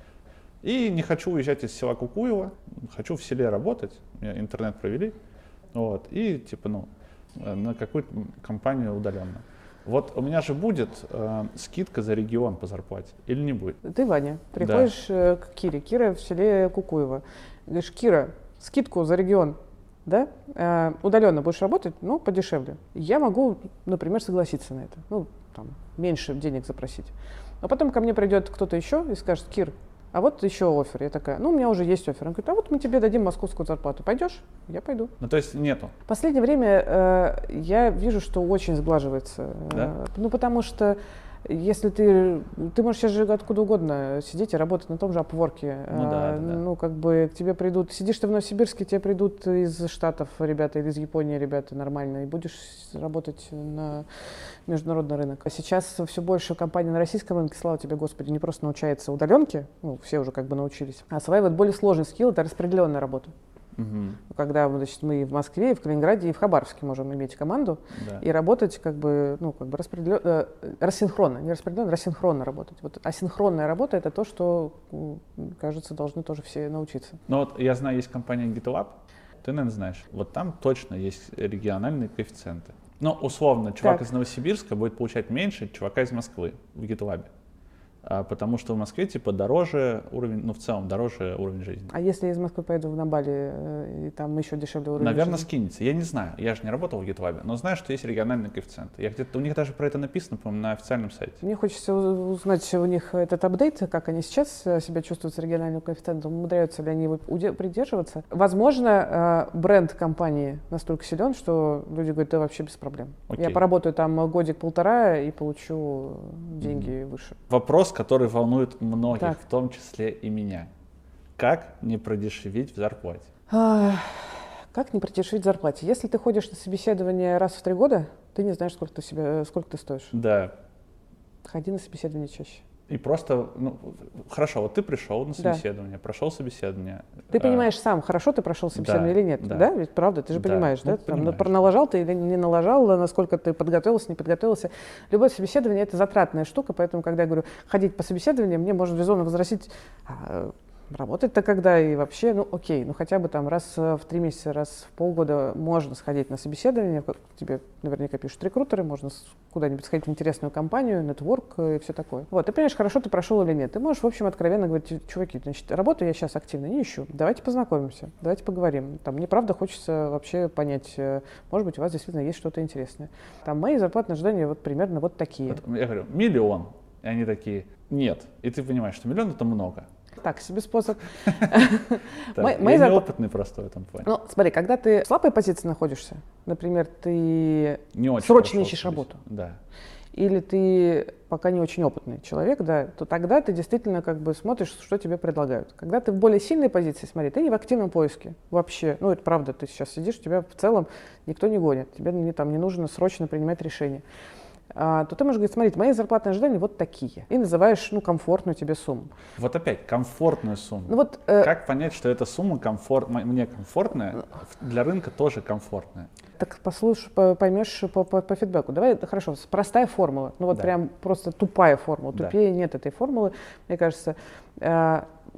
И не хочу уезжать из села Кукуева, хочу в селе работать, мне интернет провели, вот, и типа, ну, на какую-то компанию удаленно. Вот у меня же будет э, скидка за регион по зарплате или не будет? Ты, Ваня, приходишь да. к Кире, Кира в селе Кукуево, говоришь: Кира, скидку за регион, да? Э, удаленно будешь работать, ну, подешевле. Я могу, например, согласиться на это, ну, там, меньше денег запросить. А потом ко мне придет кто-то еще и скажет: Кир, а вот еще оффер. Я такая: ну, у меня уже есть оффер. Он говорит: а вот мы тебе дадим московскую зарплату. Пойдешь? Я пойду. Ну, то есть нету? В последнее время э, я вижу, что очень сглаживается. Да? Э, ну, потому что если ты, ты можешь сейчас же откуда угодно сидеть и работать на том же Upwork'е. Ну, да, да, да. Ну, как бы к тебе придут, сидишь ты в Новосибирске, тебе придут из Штатов ребята или из Японии ребята нормально, и будешь работать на международный рынок. А сейчас все больше компаний на российском рынке, слава тебе, Господи, не просто научаются удаленке, ну, все уже как бы научились, а осваивают более сложный скилл — это распределенная работа. Угу. Когда, значит, мы и в Москве, и в Калининграде, и в Хабаровске можем иметь команду, да. и работать как бы, ну, как бы распределенно, э, рассинхронно, не распределенно, рассинхронно работать. Вот асинхронная работа — это то, что, кажется, должны тоже все научиться. Ну вот я знаю, есть компания GitLab, ты, наверное, знаешь, вот там точно есть региональные коэффициенты. Ну, условно, чувак так. из Новосибирска будет получать меньше чувака из Москвы в GitLab. А, потому что в Москве типа дороже уровень, ну в целом дороже уровень жизни. А если я из Москвы поеду в Бали, э, и там еще дешевле уровень Наверное, жизни? скинется. Я не знаю, я же не работал в GitLab, но знаю, что есть региональные коэффициенты. Я где-то, у них даже про это написано, по-моему, на официальном сайте. Мне хочется узнать у них этот апдейт, как они сейчас себя чувствуют с региональным коэффициентом, умудряются ли они его придерживаться. Возможно, бренд компании настолько силен, что люди говорят: да вообще без проблем. Окей. Я поработаю там годик-полтора и получу деньги mm-hmm. выше. Вопрос, который волнует многих, так. в том числе и меня. Как не продешевить в зарплате? А, как не продешевить в зарплате? Если ты ходишь на собеседование раз в три года, ты не знаешь, сколько ты, себя, сколько ты стоишь. Да. Ходи на собеседование чаще. И просто, ну, хорошо, вот ты пришел на собеседование, да. прошел собеседование. Ты понимаешь сам, хорошо ты прошел собеседование да, или нет, да. да? Ведь правда, ты же да. понимаешь, ну, да? Понимаешь. Там, налажал ты или не налажал, насколько ты подготовился, не подготовился. Любое собеседование — это затратная штука, поэтому, когда я говорю ходить по собеседованиям, мне можно резонно возразить: а, работать-то когда и вообще, ну окей, ну хотя бы там раз в три месяца, раз в полгода можно сходить на собеседование, тебе наверняка пишут рекрутеры, можно куда-нибудь сходить в интересную компанию, нетворк и все такое. Вот, ты понимаешь, хорошо ты прошел или нет. Ты можешь, в общем, откровенно говорить: чуваки, значит, работу я сейчас активно не ищу, давайте познакомимся, давайте поговорим. Там, мне правда хочется вообще понять, может быть, у вас действительно есть что-то интересное. Там мои зарплатные ожидания вот примерно вот такие. Вот, я говорю, миллион, и они такие: нет. И ты понимаешь, что миллион — это много. Так себе способ. Я неопытный просто в этом плане. Ну, смотри, когда ты в слабой позиции находишься, например, ты срочно ищешь работу, или ты пока не очень опытный человек, да, то тогда ты действительно как бы смотришь, что тебе предлагают. Когда ты в более сильной позиции, смотри, ты не в активном поиске вообще. Ну, это правда, ты сейчас сидишь, тебя в целом никто не гонит, тебе не, там, не нужно срочно принимать решение. А, то ты можешь говорить, смотрите, мои зарплатные ожидания вот такие. И называешь, ну, комфортную тебе сумму. Вот опять, комфортную сумму. Ну, вот, э, как понять, что эта сумма комфорт, мне комфортная, для рынка тоже комфортная? Так послушай, поймешь по, по, по фидбэку. Давай, хорошо, простая формула. Ну вот да. Прям просто тупая формула. Да. Тупее нет этой формулы, мне кажется. Э,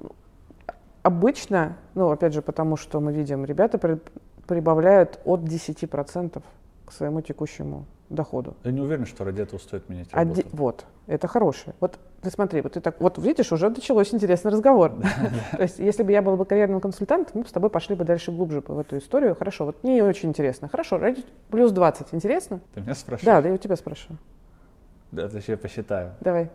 обычно, ну опять же, потому что мы видим, ребята при, прибавляют от десяти процентов к своему текущему доходу. Я не уверен, что ради этого стоит менять работу. Оди... Вот, это хорошее. Вот ты смотри, вот ты так, вот видишь, уже началось интересный разговор. То есть, если бы я был бы карьерным консультантом, мы бы с тобой пошли бы дальше глубже в эту историю. Хорошо, вот мне очень интересно. Хорошо, плюс двадцать, интересно? Ты меня спрашиваешь? Да, да, я у тебя спрашиваю. Да, то есть я посчитаю. Давай.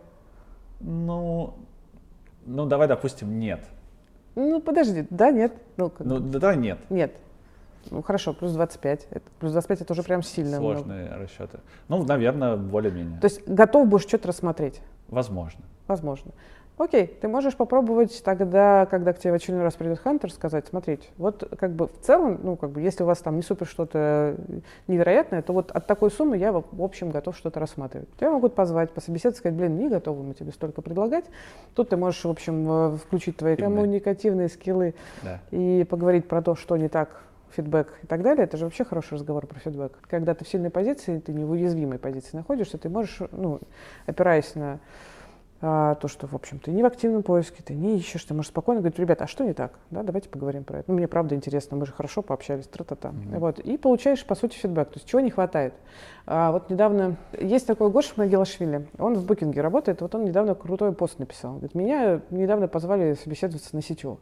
Ну, ну давай, допустим, нет. Ну, подожди, да, нет. Ну, ну да, нет. Нет. Ну хорошо, плюс двадцать пять. Это, плюс двадцать пять это уже прям сильно. Сложные много. расчеты. Ну, наверное, более-менее. То есть готов будешь что-то рассмотреть? Возможно. Возможно. Окей, ты можешь попробовать тогда, когда к тебе в очередной раз придет хантер, сказать, смотрите, вот как бы в целом, ну как бы если у вас там не супер что-то невероятное, то вот от такой суммы я в общем готов что-то рассматривать. Тебя могут позвать, пособеседовать, сказать, блин, не готовы мы тебе столько предлагать. Тут ты можешь, в общем, включить твои коммуникативные скиллы да. и поговорить про то, что не так, фидбэк и так далее, это же вообще хороший разговор про фидбэк. Когда ты в сильной позиции, ты не в уязвимой позиции находишься, ты можешь, ну, опираясь на а, то, что, в общем, ты не в активном поиске, ты не ищешь, ты можешь спокойно говорить, ребята, а что не так? Да, давайте поговорим про это. Ну, мне правда интересно, мы же хорошо пообщались, тра-та-та. Mm-hmm. Вот, и получаешь, по сути, фидбэк, то есть чего не хватает. А, вот недавно, есть такой Гоша Могилашвили, он в Booking работает, вот он недавно крутой пост написал. Говорит, меня недавно позвали собеседоваться на сетевую.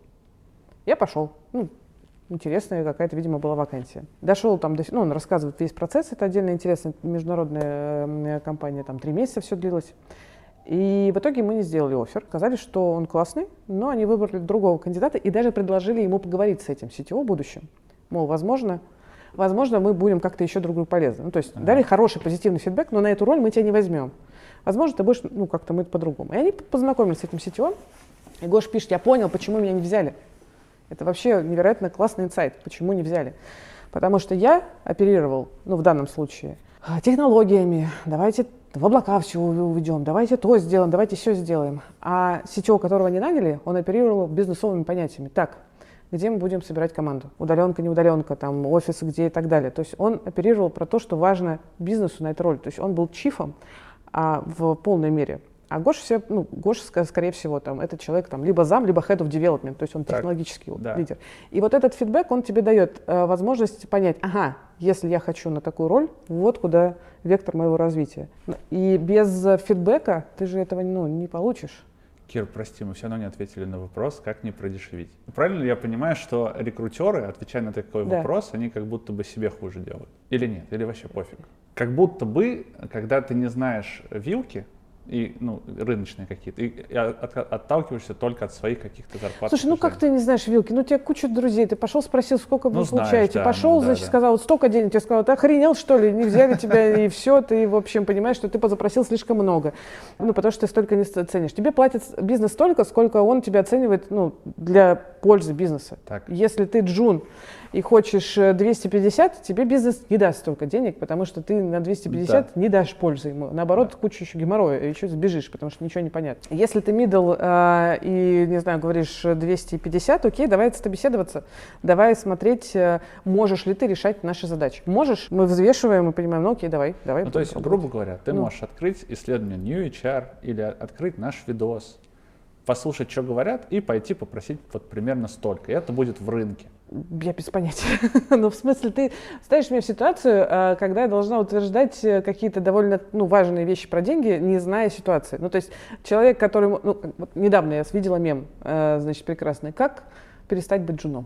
Я пошел, ну, интересная какая-то, видимо, была вакансия. Дошел там, до, ну, он рассказывает весь процесс, это отдельно интересно, международная э, компания, там три месяца все длилось. И в итоге мы не сделали оффер, сказали, что он классный, но они выбрали другого кандидата и даже предложили ему поговорить с этим си ти о в будущем. Мол, возможно, возможно мы будем как-то еще друг другу полезны. Ну, то есть ага. дали хороший позитивный фидбэк, но на эту роль мы тебя не возьмем. Возможно, ты будешь, ну, как-то мы по-другому. И они познакомились с этим си ти о, и Гоша пишет, я понял, почему меня не взяли. Это вообще невероятно классный инсайт, почему не взяли. Потому что я оперировал, ну в данном случае, технологиями, давайте в облака все уведем, давайте то сделаем, давайте все сделаем. А си ти о, которого не наняли, он оперировал бизнесовыми понятиями. Так, где мы будем собирать команду? Удаленка, не удаленка, там офисы где и так далее. То есть он оперировал про то, что важно бизнесу на этой роли. То есть он был чифом а, в полной мере. А Гоша, все, ну, Гоша, скорее всего, там, этот человек там, либо зам, либо head of development, то есть он так, технологический да. лидер. И вот этот фидбэк, он тебе дает э, возможность понять, ага, если я хочу на такую роль, вот куда вектор моего развития. И без фидбэка ты же этого ну, не получишь. Кир, прости, мы все равно не ответили на вопрос, как не продешевить. Правильно ли я понимаю, что рекрутеры, отвечая на такой да. вопрос, они как будто бы себе хуже делают? Или нет? Или вообще пофиг? Как будто бы, когда ты не знаешь вилки, и, ну, рыночные какие-то, и, и от, отталкиваешься только от своих каких-то зарплат. Слушай, ну как ты не знаешь вилки? Ну, у тебя куча друзей, ты пошел, спросил, сколько вы ну, получаете, да, пошел, ну, да, значит, да. сказал, вот столько денег, тебе сказал, ты охренел, что ли, не взяли тебя, и все, ты, в общем, понимаешь, что ты запросил слишком много, ну, потому что ты столько не ценишь. Тебе платит бизнес столько, сколько он тебя оценивает, ну, для пользы бизнеса. Так. Если ты джун и хочешь двести пятьдесят, тебе бизнес не даст столько денег, потому что ты на двести пятьдесят да. не дашь пользы ему. Наоборот, да. кучу еще геморроя, и еще сбежишь, потому что ничего не понятно. Если ты middle э, и, не знаю, говоришь двести пятьдесят, окей, давай собеседоваться, давай смотреть, э, можешь ли ты решать наши задачи. Можешь, мы взвешиваем и понимаем, ну окей, давай, давай. Ну, то есть, грубо говоря, ты ну. можешь открыть исследование New эйч ар или открыть наш видос, послушать, что говорят, и пойти попросить вот примерно столько. И это будет в рынке. Я без понятия. Ну, в смысле, ты ставишь меня в ситуацию, когда я должна утверждать какие-то довольно ну, важные вещи про деньги, не зная ситуации. Ну, то есть человек, который... Ну, вот недавно я видела мем, значит, прекрасный. Как перестать быть джуном?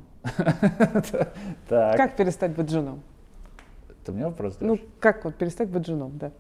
Как перестать быть джуном? Это мне вопрос задаешь? Ну, как вот перестать быть джуном, да.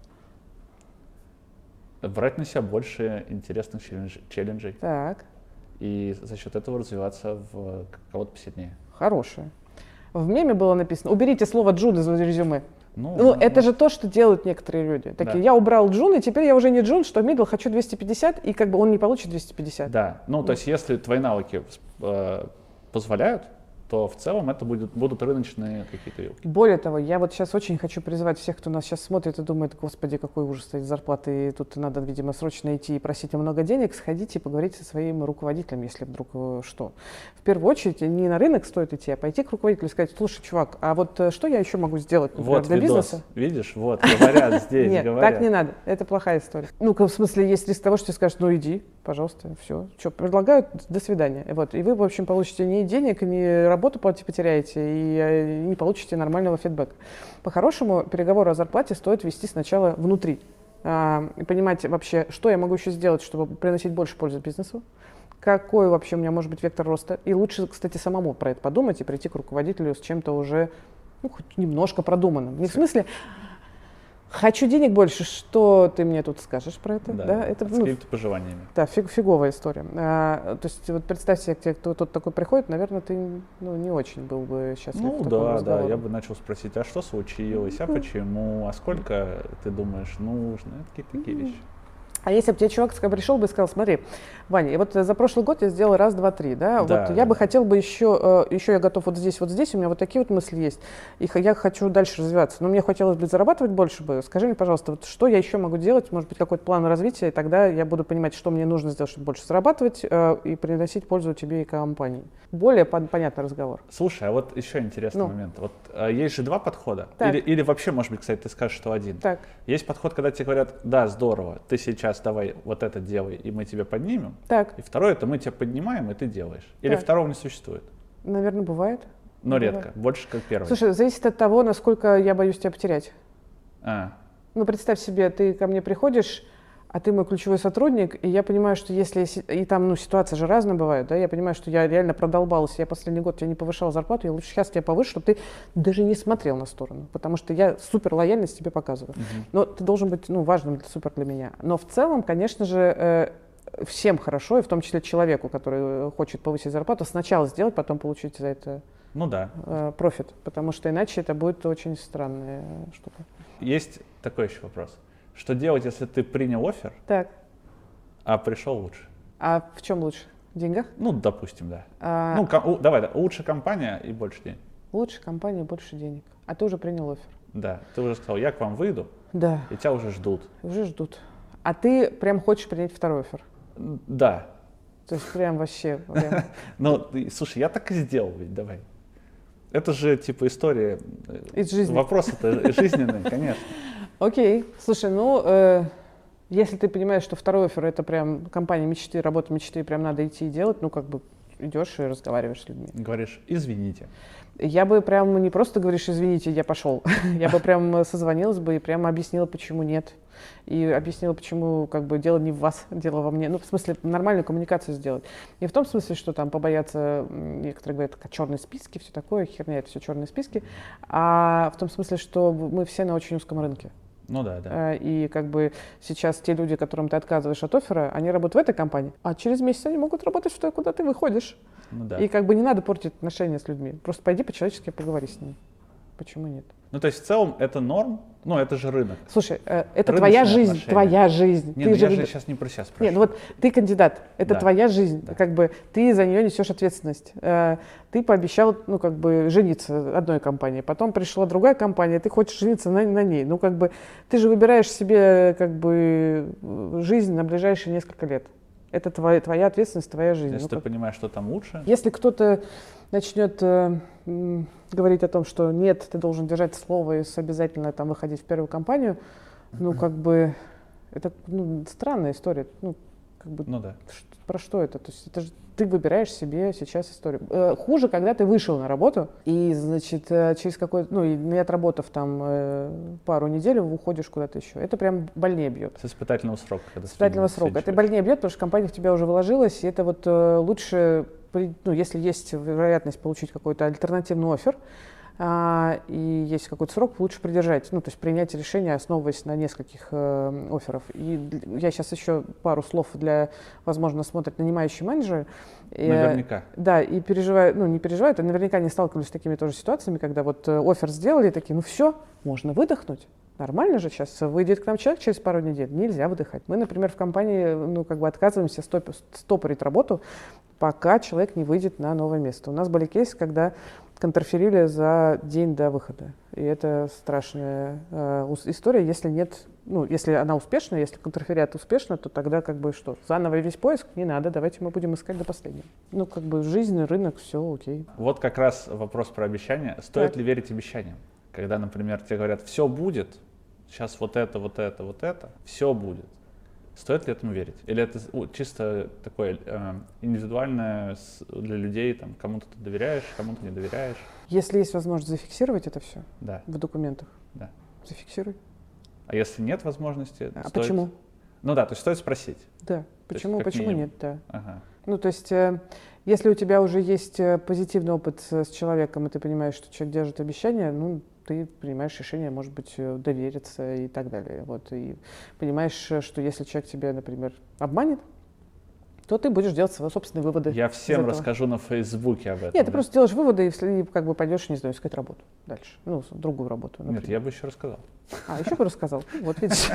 Брать на себя больше интересных челленджей. Так. И за счет этого развиваться в кого-то посильнее. Хорошее. В меме было написано, уберите слово джун из резюме. Ну, ну, это ну, же то, что делают некоторые люди. Такие, да. Я убрал джун, и теперь я уже не джун, что middle, хочу двести пятьдесят, и как бы он не получит двести пятьдесят. Да, ну, ну. то есть если твои навыки э, позволяют, то в целом это будет, будут рыночные какие-то вилки. Более того, я вот сейчас очень хочу призвать всех, кто нас сейчас смотрит и думает, господи, какой ужас стоит зарплаты, и тут надо, видимо, срочно идти и просить много денег, сходите и поговорите со своим руководителем, если вдруг что. В первую очередь не на рынок стоит идти, а пойти к руководителю и сказать, слушай, чувак, а вот что я еще могу сделать, например, вот для видос. Бизнеса? Видишь, вот, говорят здесь, Нет, говорят. так не надо, это плохая история. Ну, в смысле, есть риск того, что ты скажешь, ну иди, пожалуйста, все. Что, предлагают, до свидания. Вот. И вы, в общем, получите ни денег, ни работу потеряете, и не получите нормального фидбэка. По-хорошему, переговоры о зарплате стоит вести сначала внутри. А, и понимать вообще, что я могу еще сделать, чтобы приносить больше пользы бизнесу, какой вообще у меня может быть вектор роста. И лучше, кстати, самому про это подумать и прийти к руководителю с чем-то уже ну, хоть немножко продуманным. Не в смысле... Хочу денег больше, что ты мне тут скажешь про это? Да, да? Это, с какими-то пожеланиями. Да, фиг, фиговая история. А, то есть вот представь себе, те, кто тут такой приходит, наверное, ты ну, не очень был бы счастлив. Ну да, да, я бы начал спросить, а что случилось, а почему, а сколько ты думаешь нужно, какие-то такие вещи. А если бы тебе чувак пришел бы и сказал, смотри, Ваня, вот за прошлый год я сделал раз, два, три, да, да вот да. я бы хотел бы еще, еще я готов вот здесь, вот здесь, у меня вот такие вот мысли есть, и я хочу дальше развиваться, но мне хотелось бы зарабатывать больше бы, скажи мне, пожалуйста, вот что я еще могу делать, может быть, какой-то план развития, и тогда я буду понимать, что мне нужно сделать, чтобы больше зарабатывать э, и приносить пользу тебе и компании. Более пон- понятный разговор. Слушай, а вот еще интересный ну. момент, вот э, есть же два подхода, или, или вообще, может быть, кстати, ты скажешь, что один. Так. Есть подход, когда тебе говорят, да, здорово, ты сейчас давай вот это делай, и мы тебя поднимем. Так. И второе, это мы тебя поднимаем, и ты делаешь. Или так. второго не существует? Наверное, бывает. Но бывает. редко, больше как первый. Слушай, зависит от того, насколько я боюсь тебя потерять. А. Ну, представь себе, ты ко мне приходишь, а ты мой ключевой сотрудник, и я понимаю, что если... И там, ну, ситуация же разная бывает, да? Я понимаю, что я реально продолбалась, я последний год тебе не повышала зарплату, я лучше сейчас тебя повышу, чтобы ты даже не смотрел на сторону, потому что я супер лояльность тебе показываю. Uh-huh. Но ты должен быть, ну, важным супер для меня. Но в целом, конечно же, э, всем хорошо, и в том числе человеку, который хочет повысить зарплату, сначала сделать, потом получить за это ну, да. э, профит, потому что иначе это будет очень странная штука. Есть такой еще вопрос. Что делать, если ты принял оффер, так. а пришел лучше? А в чем лучше? В деньгах? Ну, допустим, да. А... Ну, ком- давай, да, лучше компания и больше денег. Лучше компания и больше денег. А ты уже принял оффер. Да, ты уже сказал, я к вам выйду, да. и тебя уже ждут. Уже ждут. А ты прям хочешь принять второй оффер? Да. То есть прям вообще... Прям... Ну, слушай, я так и сделал ведь, давай. Это же типа история... Из жизни. Вопрос-то жизненный, конечно. Окей. Слушай, ну, э, если ты понимаешь, что второй оффер — это прям компания мечты, работа мечты, прям надо идти и делать, ну, как бы идешь и разговариваешь с людьми. Говоришь, извините. Я бы прям не просто говоришь, извините, я пошел. Я бы прям созвонилась бы и прямо объяснила, почему нет. И объяснила, почему как бы дело не в вас, дело во мне. Ну, в смысле, нормальную коммуникацию сделать. Не в том смысле, что там побояться, некоторые говорят, черные списки, все такое, херня, это все черные списки, а в том смысле, что мы все на очень узком рынке. Ну да, да. И как бы сейчас те люди, которым ты отказываешь от оффера, они работают в этой компании, а через месяц они могут работать в той, куда ты выходишь. Ну, да. И как бы не надо портить отношения с людьми. Просто пойди по-человечески поговори с ними. Почему нет? Ну, то есть в целом это норм, ну, это же рынок. Слушай, э, это твоя жизнь, отношения. твоя жизнь. Нет, ты ну, же... я же сейчас не про себя спрашиваю. Нет, ну вот ты кандидат, это да. твоя жизнь, да. как бы ты за нее несешь ответственность. Э, ты пообещал, ну, как бы жениться одной компании, потом пришла другая компания, ты хочешь жениться на, на ней. Ну, как бы ты же выбираешь себе, как бы, жизнь на ближайшие несколько лет. Это твоя, твоя ответственность, твоя жизнь. Если ну, ты как... понимаешь, что там лучше. Если кто-то начнет э, м, говорить о том, что нет, ты должен держать слово и обязательно там выходить в первую компанию, ну, как бы, это ну, странная история. Ну, как бы, ну да. Ш- про что это? То есть это же ты выбираешь себе сейчас историю. Э, хуже, когда ты вышел на работу и, значит, э, через какой-то, ну, и не отработав там э, пару недель, уходишь куда-то еще. Это прям больнее бьет. С испытательного срока. С испытательного срока. Это больнее бьет, потому что компания в тебя уже вложилась, и это вот э, лучше, ну, если есть вероятность получить какой-то альтернативный оффер, а, и есть какой-то срок, лучше придержать, ну, то есть принять решение, основываясь на нескольких э, офферов. И я сейчас еще пару слов для, возможно, смотрят нанимающие менеджеры. Наверняка. И, да, и переживают, ну, не переживают, а наверняка не сталкивались с такими тоже ситуациями, когда вот оффер сделали, и такие, ну все, можно выдохнуть. Нормально же сейчас выйдет к нам человек через пару недель, нельзя выдыхать. Мы, например, в компании, ну, как бы отказываемся стоп, стопорить работу, пока человек не выйдет на новое место. У нас были кейсы, когда контрферили за день до выхода. И это страшная э, история, если нет, ну, если она успешна, если контрферят успешно, то тогда как бы что, заново весь поиск? Не надо, давайте мы будем искать до последнего. Ну, как бы жизнь, рынок, все окей. Вот как раз вопрос про обещания. Стоит так. ли верить обещаниям? Когда, например, тебе говорят, все будет, сейчас вот это, вот это, вот это, все будет. Стоит ли этому верить? Или это чисто такое э, индивидуальное для людей, там, кому-то ты доверяешь, кому-то не доверяешь? Если есть возможность зафиксировать это все да. в документах, да. зафиксируй. А если нет возможности? А стоит... почему? Ну да, то есть стоит спросить. Да, почему, почему минимум. нет, да. Ага. Ну, то есть, э, если у тебя уже есть позитивный опыт с, с человеком, и ты понимаешь, что человек держит обещания, ну, ты принимаешь решение, может быть, довериться и так далее. Вот, и понимаешь, что если человек тебя, например, обманет, то ты будешь делать свои собственные выводы. Я всем расскажу на Фейсбуке об этом. Нет, да? Ты просто делаешь выводы и, и как бы пойдешь, не знаю, искать работу дальше. Ну, другую работу, например. Нет, я бы еще рассказал. А, еще бы рассказал. Вот видишь.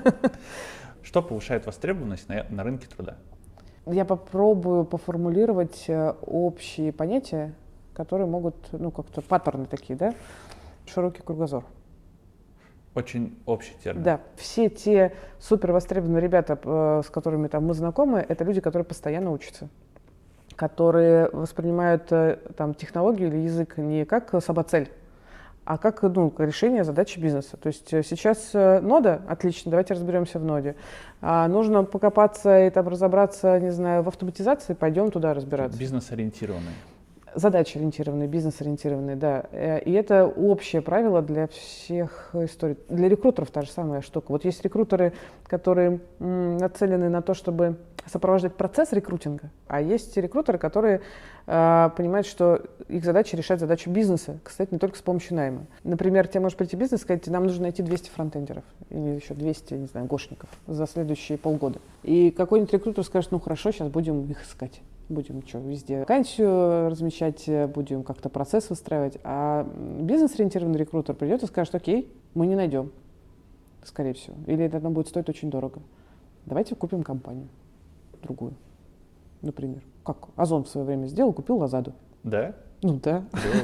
Что повышает востребованность на, на рынке труда? Я попробую поформулировать общие понятия, которые могут, ну, как-то паттерны такие, да? Широкий кругозор. Очень общий термин. Да, все те супер востребованные ребята, с которыми там мы знакомы, это люди, которые постоянно учатся, которые воспринимают там технологию или язык не как самоцель, а как, ну, решение задачи бизнеса. То есть сейчас нода, отлично, давайте разберемся в ноде. А нужно покопаться и там разобраться, не знаю, в автоматизации, пойдем туда разбираться. Бизнес-ориентированный. Задача-ориентированные, бизнес-ориентированные, да. И это общее правило для всех историй. Для рекрутеров та же самая штука. Вот есть рекрутеры, которые м, нацелены на то, чтобы сопровождать процесс рекрутинга, а есть рекрутеры, которые э, понимают, что их задача решать задачу бизнеса, кстати, не только с помощью найма. Например, тебе может прийти бизнес и сказать, нам нужно найти двести фронтендеров или еще двести, не знаю, гошников за следующие полгода. И какой-нибудь рекрутер скажет, ну хорошо, сейчас будем их искать. Будем что, везде вакансию размещать, будем как-то процесс выстраивать. А бизнес-ориентированный рекрутер придет и скажет, окей, мы не найдем, скорее всего. Или это нам будет стоить очень дорого. Давайте купим компанию другую, например. Как Озон в свое время сделал, купил Лазаду. Да? Ну да.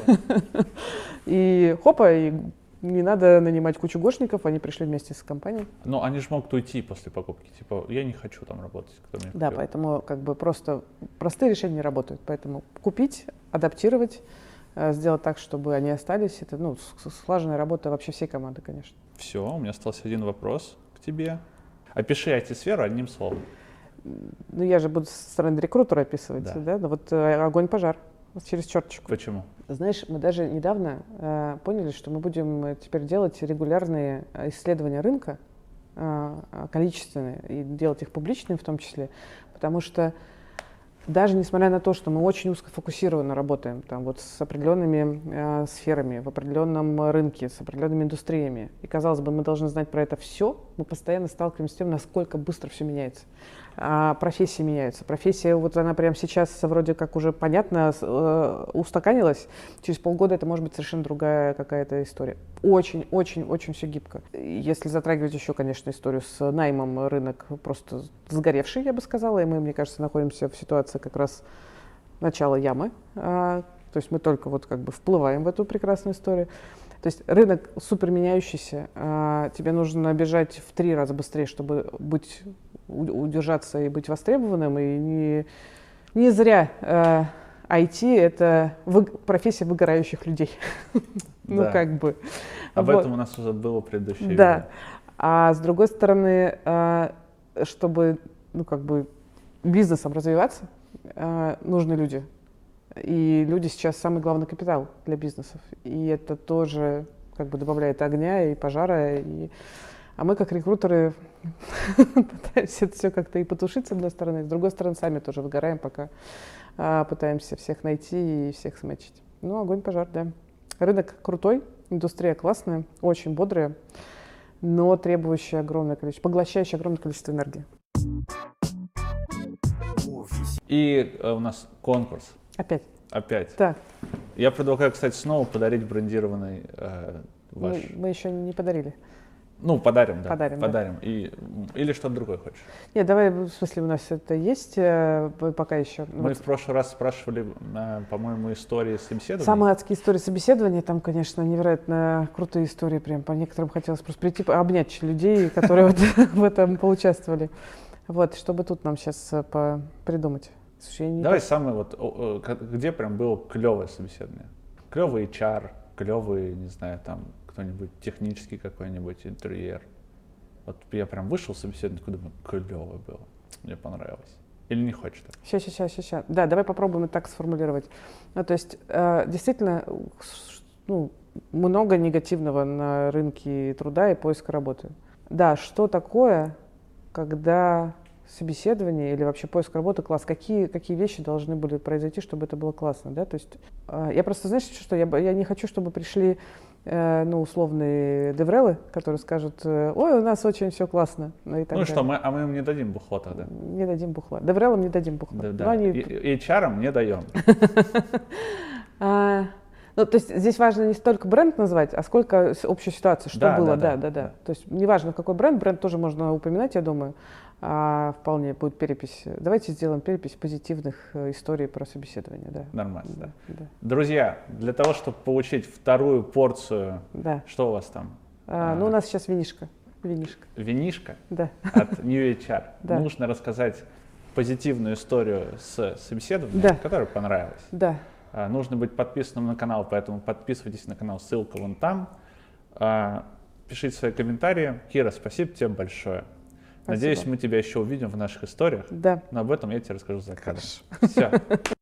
И хопа, и не надо нанимать кучу гошников, они пришли вместе с компанией. Но они же могут уйти после покупки, типа, я не хочу там работать. Кто меня да, поэтому как бы просто простые решения не работают. Поэтому купить, адаптировать, сделать так, чтобы они остались, это, ну, слаженная работа вообще всей команды, конечно. Все, у меня остался один вопрос к тебе. Опиши ай ти-сферу одним словом. Ну, я же буду со стороны рекрутера описывать, да? да? Ну, вот э, огонь-пожар через черточку. Почему? Знаешь, мы даже недавно э, поняли, что мы будем теперь делать регулярные исследования рынка, э, количественные, и делать их публичными в том числе, потому что даже несмотря на то, что мы очень узкофокусированно работаем там, вот с определенными э, сферами, в определенном рынке, с определенными индустриями, и, казалось бы, мы должны знать про это все, мы постоянно сталкиваемся с тем, насколько быстро все меняется. А профессии меняются. Профессия, вот она прямо сейчас вроде как уже понятно, э, устаканилась. Через полгода это может быть совершенно другая какая-то история. Очень-очень-очень все гибко. Если затрагивать еще, конечно, историю с наймом, рынок просто сгоревший, я бы сказала, и мы, мне кажется, находимся в ситуации как раз начала ямы. А, то есть мы только вот как бы вплываем в эту прекрасную историю. То есть рынок супер меняющийся, а, тебе нужно бежать в три раза быстрее, чтобы быть, удержаться и быть востребованным. И не, не зря э, ай ти — это вы, профессия выгорающих людей. Ну, как бы. Об этом у нас уже было предыдущее видео. Да. А с другой стороны, чтобы, ну, как бы бизнесом развиваться, нужны люди. И люди сейчас самый главный капитал для бизнесов. И это тоже как бы добавляет огня и пожара. И... А мы, как рекрутеры, пытаемся это все как-то и потушить, с одной стороны, с другой стороны, сами тоже выгораем, пока а, пытаемся всех найти и всех сметчить. Ну, огонь, пожар, да. Рынок крутой, индустрия классная, очень бодрая, но требующая огромное количество, поглощающая огромное количество энергии. И э, у нас конкурс. Опять. Опять. Да. Я предлагаю, кстати, снова подарить брендированный э, ваш... Мы, мы еще не подарили. Ну, подарим, да. Подарим, подарим. Да. И, или что-то другое хочешь? Нет, давай, в смысле, у нас это есть э, пока еще. Мы вот. в прошлый раз спрашивали, э, по-моему, истории собеседования. Самые адские истории собеседования, там, конечно, невероятно крутые истории, прям по некоторым хотелось просто прийти, обнять людей, которые в этом поучаствовали. Вот, чтобы тут нам сейчас придумать. Давай самое вот, где прям было клевое собеседование? Клевый эйч ар, клевый, не знаю, там, кто-нибудь технический какой-нибудь интерьер. Вот я прям вышел с собеседования, думаю, клево было, мне понравилось. Или не хочешь так? Сейчас, сейчас, сейчас. Да, давай попробуем это так сформулировать. Ну, то есть, э, действительно, ну, много негативного на рынке труда и поиска работы. Да, что такое, когда собеседование или вообще поиск работы класс, какие, какие вещи должны были произойти, чтобы это было классно, да, то есть э, я просто, знаешь, что, я, я не хочу, чтобы пришли, э, ну, условные деврелы, которые скажут, ой, у нас очень все классно, ну, и так ну далее. Что, мы, а мы им не дадим бухла тогда? Не дадим бухла. Деврелам не дадим бухла. Да, да. Они... И, эйч ар-ам не даем. Ну, то есть здесь важно не столько бренд назвать, а сколько общую ситуацию, что да, было, да, да, да, да, да. да. То есть неважно, какой бренд, бренд тоже можно упоминать, я думаю, а вполне будет перепись. Давайте сделаем перепись позитивных историй про собеседование, да. Нормально, да. да. Друзья, для того, чтобы получить вторую порцию, да. Что у вас там? А, ну, у нас сейчас винишко. Винишко. Винишко? Да. От New эйч ар. Да. Нужно рассказать позитивную историю с собеседованием, да. которая понравилась. Да. А, нужно быть подписанным на канал, поэтому подписывайтесь на канал, ссылка вон там. А, пишите свои комментарии. Кира, спасибо тебе большое. Спасибо. Надеюсь, мы тебя еще увидим в наших историях. Да. Но об этом я тебе расскажу за кадром. Хорошо. Все.